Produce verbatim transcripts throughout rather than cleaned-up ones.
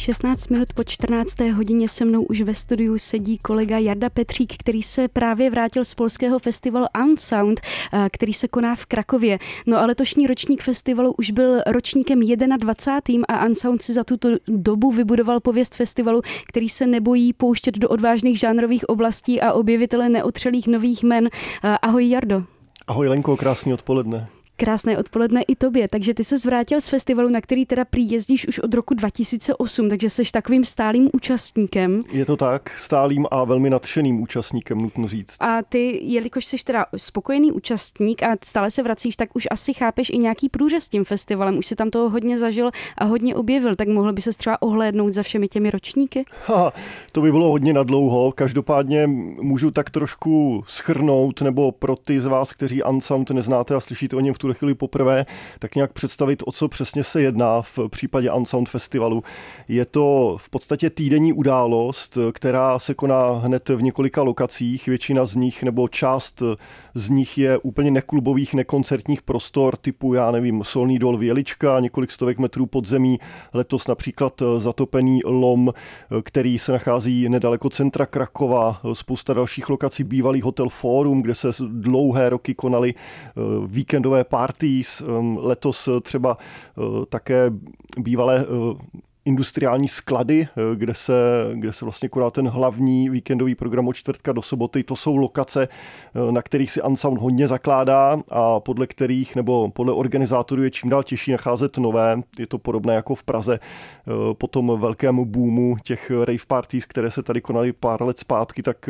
šestnáct minut po čtrnácté hodině se mnou už ve studiu sedí kolega Jarda Petřík, který se právě vrátil z polského festivalu Unsound, který se koná v Krakově. No a letošní ročník festivalu už byl ročníkem dvacátým prvním a Unsound si za tuto dobu vybudoval pověst festivalu, který se nebojí pouštět do odvážných žánrových oblastí a objevitele neotřelých nových jmen. Ahoj Jardo. Ahoj Lenko, krásný odpoledne. Krásné odpoledne i tobě. Takže ty se zvrátil z festivalu, na který teda prý jezdíš už od roku dva tisíce osm, takže jsi takovým stálým účastníkem. Je to tak, stálým a velmi nadšeným účastníkem, nutno říct. A ty, jelikož jsi teda spokojený účastník a stále se vracíš, tak už asi chápeš i nějaký průřez s tím festivalem. Už si tam toho hodně zažil a hodně objevil, tak mohl by se třeba ohlédnout za všemi těmi ročníky? Ha, to by bylo hodně nadlouho. Každopádně můžu tak trošku shrnout, nebo pro ty z vás, kteří Unsound neznáte a slyšíte o něm v tu chvíli poprvé, tak nějak představit, o co přesně se jedná v případě Unsound festivalu. Je to v podstatě týdenní událost, která se koná hned v několika lokacích. Většina z nich, nebo část z nich je úplně neklubových, nekoncertních prostor typu, já nevím, Solný dol Vělička, několik stovek metrů pod zemí. Letos například zatopený Lom, který se nachází nedaleko centra Krakova, spousta dalších lokací, bývalý hotel Fórum, kde se dlouhé roky konaly víkendové parties, letos třeba také bývalé industriální sklady, kde se, kde se vlastně koná ten hlavní víkendový program od čtvrtka do soboty. To jsou lokace, na kterých si Unsound hodně zakládá a podle kterých, nebo podle organizátorů je čím dál těžší nacházet nové. Je to podobné jako v Praze po tom velkém boomu těch rave parties, které se tady konaly pár let zpátky, tak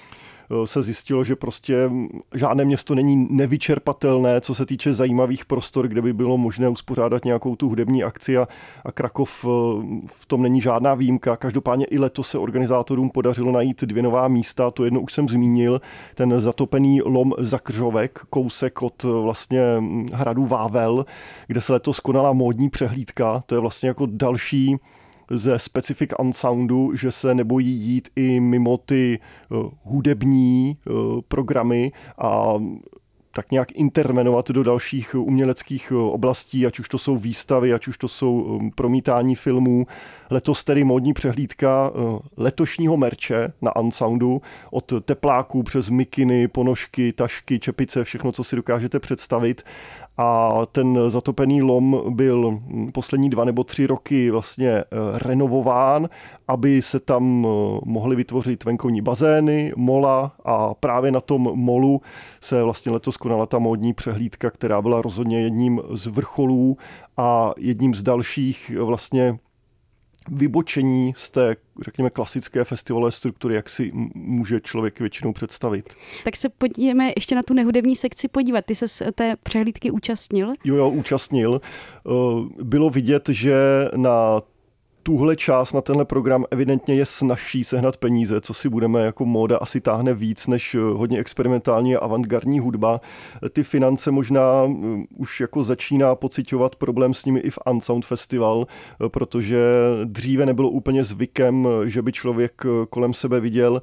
se zjistilo, že prostě žádné město není nevyčerpatelné, co se týče zajímavých prostor, kde by bylo možné uspořádat nějakou tu hudební akci a, a Krakov v tom není žádná výjimka. Každopádně i letos se organizátorům podařilo najít dvě nová místa, to jedno už jsem zmínil, ten zatopený Lom Zakržovek, kousek od vlastně hradu Vável, kde se letos konala módní přehlídka, to je vlastně jako další ze specifik Unsoundu, že se nebojí jít i mimo ty uh, hudební uh, programy a tak nějak intervenovat do dalších uměleckých oblastí, ať už to jsou výstavy, ať už to jsou promítání filmů. Letos tedy módní přehlídka letošního merče na Unsoundu, od tepláků přes mikiny, ponožky, tašky, čepice, všechno, co si dokážete představit. A ten zatopený Lom byl poslední dva nebo tři roky vlastně renovován, aby se tam mohly vytvořit venkovní bazény, mola a právě na tom molu se vlastně letos konala ta módní přehlídka, která byla rozhodně jedním z vrcholů a jedním z dalších vlastně vybočení z té, řekněme, klasické festivalové struktury, jak si může člověk většinou představit. Tak se podíváme ještě na tu nehudební sekci podívat. Ty ses té přehlídky účastnil? Jo, jo, účastnil. Bylo vidět, že na tuhle část, na tenhle program evidentně je snazší sehnat peníze, co si budeme, jako móda asi táhne víc než hodně experimentální a avantgardní hudba. Ty finance možná už jako začíná pociťovat problém s nimi i v Unsound Festival, protože dříve nebylo úplně zvykem, že by člověk kolem sebe viděl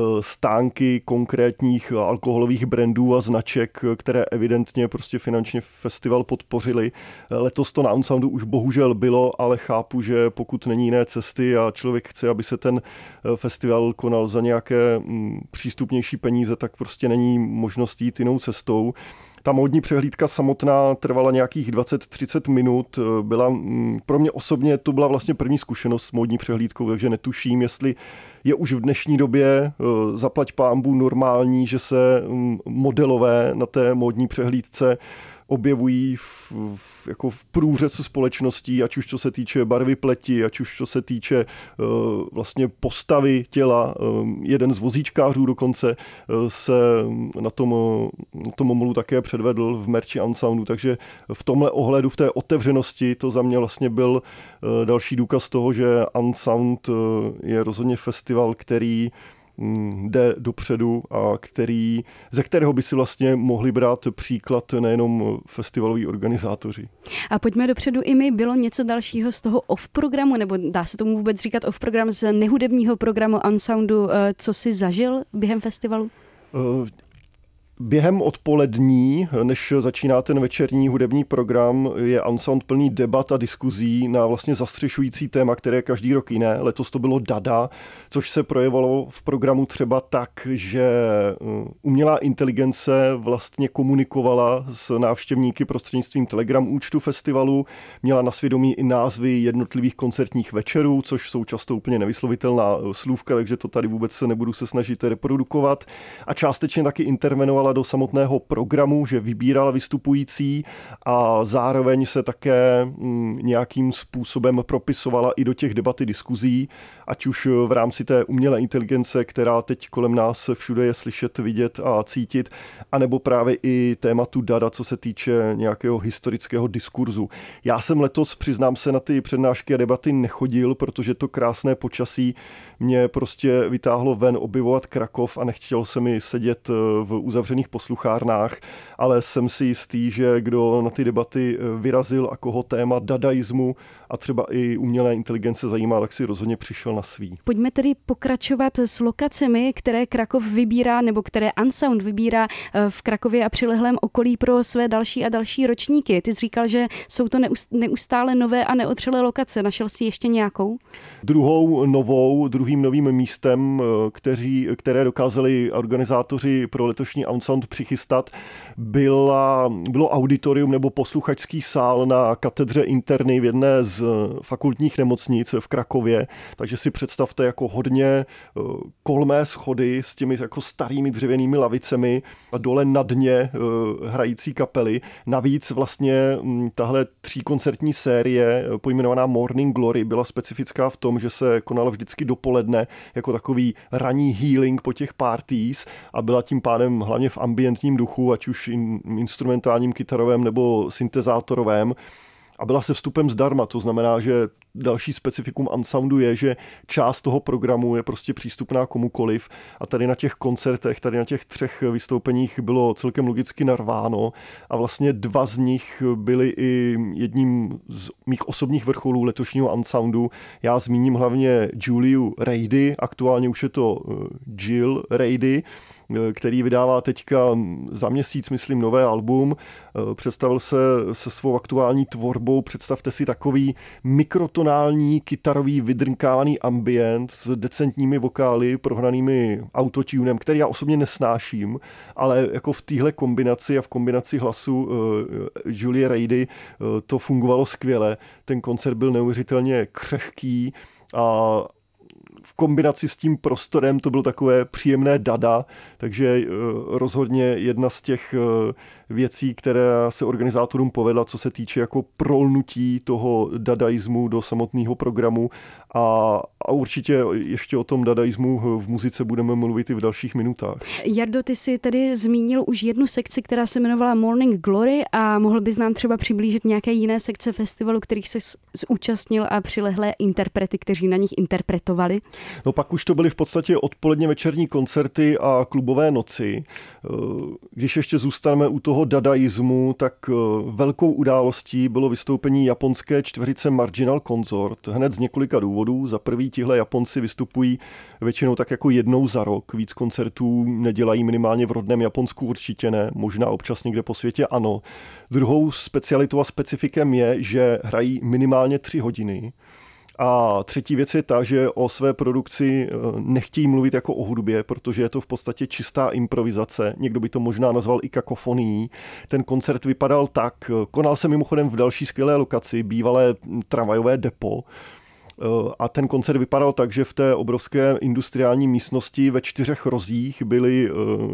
stánky konkrétních alkoholových brandů a značek, které evidentně prostě finančně festival podpořili. Letos to na Unsoundu už bohužel bylo, ale chápu, že pokud není jiné cesty a člověk chce, aby se ten festival konal za nějaké přístupnější peníze, tak prostě není možnost jít jinou cestou. Ta módní přehlídka samotná trvala nějakých dvacet třicet minut. Byla, pro mě osobně to byla vlastně první zkušenost s módní přehlídkou, takže netuším, jestli je už v dnešní době zaplať pánbů normální, že se modelové na té módní přehlídce objevují v, v, jako v průřez společností, ať už co se týče barvy pleti, ať už co se týče uh, vlastně postavy těla. Uh, jeden z vozíčkářů dokonce uh, se na tom, uh, na tom molu také předvedl v merči Unsoundu, takže v tomhle ohledu, v té otevřenosti, to za mě vlastně byl uh, další důkaz toho, že Unsound uh, je rozhodně festival, který jde dopředu a který, ze kterého by si vlastně mohli brát příklad nejenom festivaloví organizátoři. A pojďme dopředu i my. Bylo něco dalšího z toho off-programu, nebo dá se tomu vůbec říkat off-program z nehudebního programu Unsoundu, co jsi zažil během festivalu? Uh, Během odpolední, než začíná ten večerní hudební program, je Unsound plný debat a diskuzí na vlastně zastřešující téma, které je každý rok jiné. Letos to bylo Dada, což se projevovalo v programu třeba tak, že umělá inteligence vlastně komunikovala s návštěvníky prostřednictvím Telegram účtu festivalu, měla na svědomí i názvy jednotlivých koncertních večerů, což jsou často úplně nevyslovitelná slůvka, takže to tady vůbec se nebudu se snažit reprodukovat. A částečně taky intervenovala do samotného programu, že vybírala vystupující a zároveň se také nějakým způsobem propisovala i do těch debaty diskuzí, ať už v rámci té umělé inteligence, která teď kolem nás všude je slyšet, vidět a cítit, anebo právě i tématu Dada, co se týče nějakého historického diskurzu. Já jsem letos, přiznám se, na ty přednášky a debaty nechodil, protože to krásné počasí mě prostě vytáhlo ven objevovat Krakov a nechtěl se mi sedět v uzavřených posluchárnách, ale jsem si jistý, že kdo na ty debaty vyrazil a koho téma dadaismu a třeba i umělé inteligence zajímá, tak si rozhodně přišel na svý. Pojďme tedy pokračovat s lokacemi, které Krakov vybírá, nebo které Unsound vybírá v Krakově a přilehlém okolí pro své další a další ročníky. Ty jsi říkal, že jsou to neustále nové a neotřelé lokace. Našel jsi ještě nějakou? Druhou novou, druhým novým místem, kteří, které dokázali organizátoři pro letošní Unsound přichystat, byla, bylo auditorium nebo posluchačský sál na katedře interny v jedné z fakultních nemocnic v Krakově, takže si představte jako hodně kolmé schody s těmi jako starými dřevěnými lavicemi a dole na dně hrající kapely. Navíc vlastně tahle tříkoncertní série pojmenovaná Morning Glory byla specifická v tom, že se konala vždycky dopoledne jako takový ranní healing po těch parties a byla tím pádem hlavně v ambientním duchu, ať už in, instrumentálním, kytarovém nebo syntezátorovém. A byla se vstupem zdarma, to znamená, že další specifikum Unsoundu je, že část toho programu je prostě přístupná komukoliv a tady na těch koncertech, tady na těch třech vystoupeních bylo celkem logicky narváno a vlastně dva z nich byly i jedním z mých osobních vrcholů letošního Unsoundu. Já zmíním hlavně Juliu Reidy, aktuálně už je to Jill Reidy, který vydává teďka za měsíc, myslím, nové album. Představil se se svou aktuální tvorbou, představte si takový mikrotonální, kytarový, vydrnkávaný ambient s decentními vokály, prohnanými autotunem, který já osobně nesnáším, ale jako v téhle kombinaci a v kombinaci hlasu uh, Julie Reidy uh, to fungovalo skvěle. Ten koncert byl neuvěřitelně křehký a v kombinaci s tím prostorem to bylo takové příjemné dada, takže rozhodně jedna z těch věcí, které se organizátorům povedla, co se týče jako prolnutí toho dadaismu do samotného programu a, a určitě ještě o tom dadaismu v muzice budeme mluvit i v dalších minutách. Jardo, ty jsi tedy zmínil už jednu sekci, která se jmenovala Morning Glory a mohl bys nám třeba přiblížit nějaké jiné sekce festivalu, kterých se zúčastnil a přilehlé interprety, kteří na nich interpretovali? No pak už to byly v podstatě odpoledně večerní koncerty a klubové noci. Když ještě zůstaneme u toho dadaismu, tak velkou událostí bylo vystoupení japonské čtveřice Marginal Consort. Hned z několika důvodů. Za prvý, tihle Japonci vystupují většinou tak jako jednou za rok. Víc koncertů nedělají minimálně v rodném Japonsku, určitě ne. Možná občas někde po světě ano. Druhou specialitou a specifikem je, že hrají minimálně tři hodiny. A třetí věc je ta, že o své produkci nechtějí mluvit jako o hudbě, protože je to v podstatě čistá improvizace. Někdo by to možná nazval i kakofonií. Ten koncert vypadal tak, konal se mimochodem v další skvělé lokaci, bývalé tramvajové depo. A ten koncert vypadal tak, že v té obrovské industriální místnosti ve čtyřech rozích byli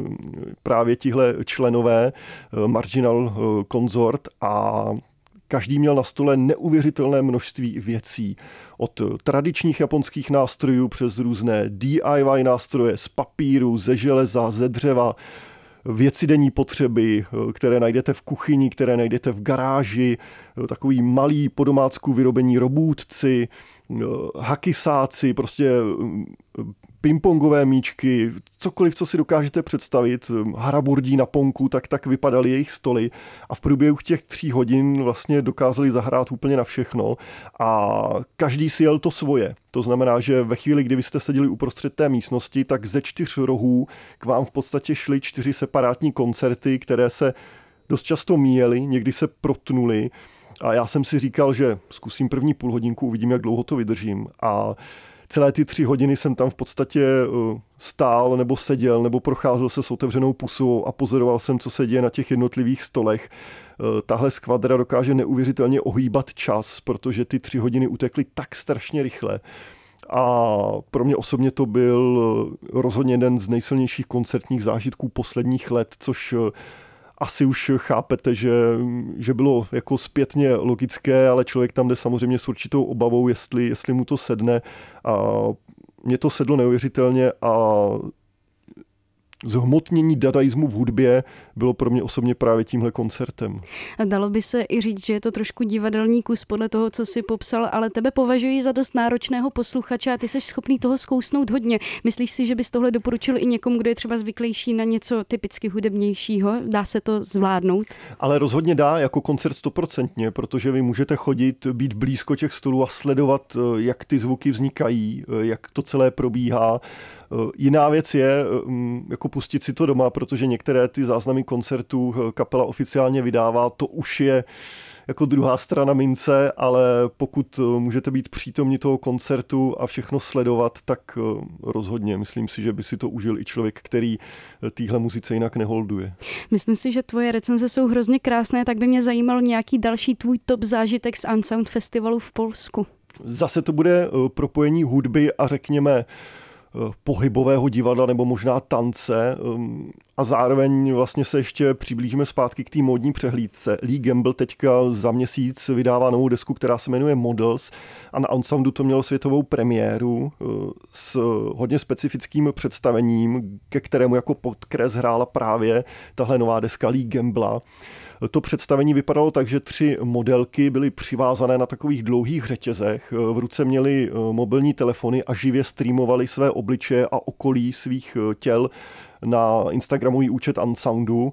právě tihle členové Marginal Consort a každý měl na stole neuvěřitelné množství věcí. Od tradičních japonských nástrojů přes různé D I Y nástroje z papíru, ze železa, ze dřeva, věci denní potřeby, které najdete v kuchyni, které najdete v garáži, takový malý po domácku vyrobení robůtci, hakisáci, prostě pingpongové míčky, cokoliv, co si dokážete představit, haraburdí na ponku, tak tak vypadaly jejich stoly a v průběhu těch tří hodin vlastně dokázali zahrát úplně na všechno a každý si jel to svoje. To znamená, že ve chvíli, kdy vy jste seděli uprostřed té místnosti, tak ze čtyř rohů k vám v podstatě šly čtyři separátní koncerty, které se dost často míjely, někdy se protnuly a já jsem si říkal, že zkusím první půl hodinku, uvidím, jak dlouho to vydržím a celé ty tři hodiny jsem tam v podstatě stál nebo seděl nebo procházel se s otevřenou pusou a pozoroval jsem, co se děje na těch jednotlivých stolech. Tahle skvadra dokáže neuvěřitelně ohýbat čas, protože ty tři hodiny utekly tak strašně rychle. A pro mě osobně to byl rozhodně jeden z nejsilnějších koncertních zážitků posledních let, což asi už chápete, že, že bylo jako zpětně logické, ale člověk tam jde samozřejmě s určitou obavou, jestli, jestli mu to sedne. A mně to sedlo neuvěřitelně a zhmotnění dadaismu v hudbě bylo pro mě osobně právě tímhle koncertem. Dalo by se i říct, že je to trošku divadelní kus podle toho, co si popsal, ale tebe považuji za dost náročného posluchače a ty jsi schopný toho zkousnout hodně. Myslíš si, že bys tohle doporučil i někomu, kdo je třeba zvyklejší na něco typicky hudebnějšího? Dá se to zvládnout? Ale rozhodně dá, jako koncert stoprocentně, protože vy můžete chodit, být blízko těch stolů a sledovat, jak ty zvuky vznikají, jak to celé probíhá. Jiná věc je jako pustit si to doma, protože některé ty záznamy koncertů kapela oficiálně vydává, to už je jako druhá strana mince, ale pokud můžete být přítomní toho koncertu a všechno sledovat, tak rozhodně myslím si, že by si to užil i člověk, který téhle muzice jinak neholduje. Myslím si, že tvoje recenze jsou hrozně krásné, tak by mě zajímal nějaký další tvůj top zážitek z Unsound Festivalu v Polsku. Zase to bude propojení hudby a řekněme pohybového divadla nebo možná tance a zároveň vlastně se ještě přiblížíme zpátky k té módní přehlídce. Lee Gamble teďka za měsíc vydává novou desku, která se jmenuje Models a na Unsoundu to mělo světovou premiéru s hodně specifickým představením, ke kterému jako podkres hrála právě tahle nová deska Lee Gambla. To představení vypadalo tak, že tři modelky byly přivázané na takových dlouhých řetězech, v ruce měly mobilní telefony a živě streamovali své obličeje a okolí svých těl na instagramový účet Unsoundu.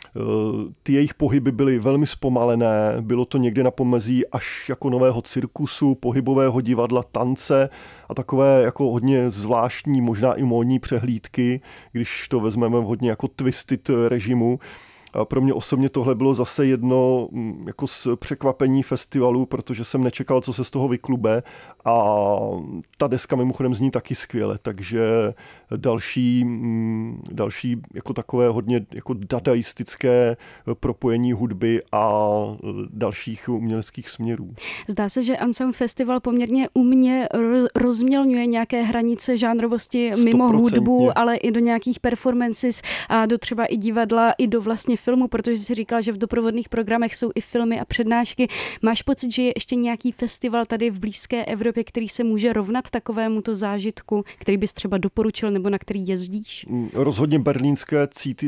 Ty jejich pohyby byly velmi zpomalené, bylo to někde na pomezí až jako nového cirkusu, pohybového divadla, tance a takové jako hodně zvláštní, možná i módní přehlídky, když to vezmeme v hodně jako twisted režimu. A pro mě osobně tohle bylo zase jedno jako z překvapení festivalu, protože jsem nečekal, co se z toho vyklube a ta deska mimochodem zní taky skvěle, takže další, další jako takové hodně jako dadaistické propojení hudby a dalších uměleckých směrů. Zdá se, že Unsound Festival poměrně umně rozmělňuje nějaké hranice žánrovosti mimo hudbu, ale i do nějakých performances a do třeba i divadla, i do vlastně filmu, protože jsi říkal, že v doprovodných programech jsou i filmy a přednášky. Máš pocit, že je ještě nějaký festival tady v blízké Evropě, který se může rovnat takovémuto zážitku, který bys třeba doporučil nebo na který jezdíš? Rozhodně berlínské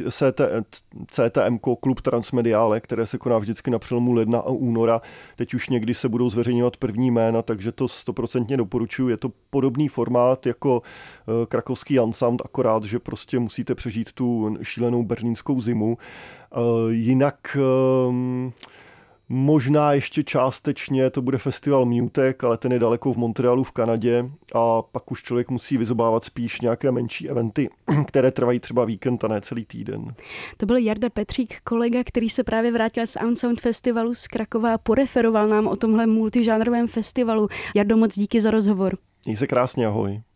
C T M Klub Transmediale, které se koná vždycky na přelomu ledna a února. Teď už někdy se budou zveřejňovat první jména, takže to stoprocentně doporučuji. Je to podobný formát jako krakovský Unsound, akorát, že prostě musíte přežít tu šílenou berlínskou zimu. Jinak možná ještě částečně to bude festival Mutek, ale ten je daleko v Montrealu v Kanadě a pak už člověk musí vyzobávat spíš nějaké menší eventy, které trvají třeba víkend a ne celý týden. To byl Jarda Petřík, kolega, který se právě vrátil z Unsound Festivalu z Krakova a poreferoval nám o tomhle multižánrovém festivalu. Jardo, moc díky za rozhovor. Měj se krásně, ahoj.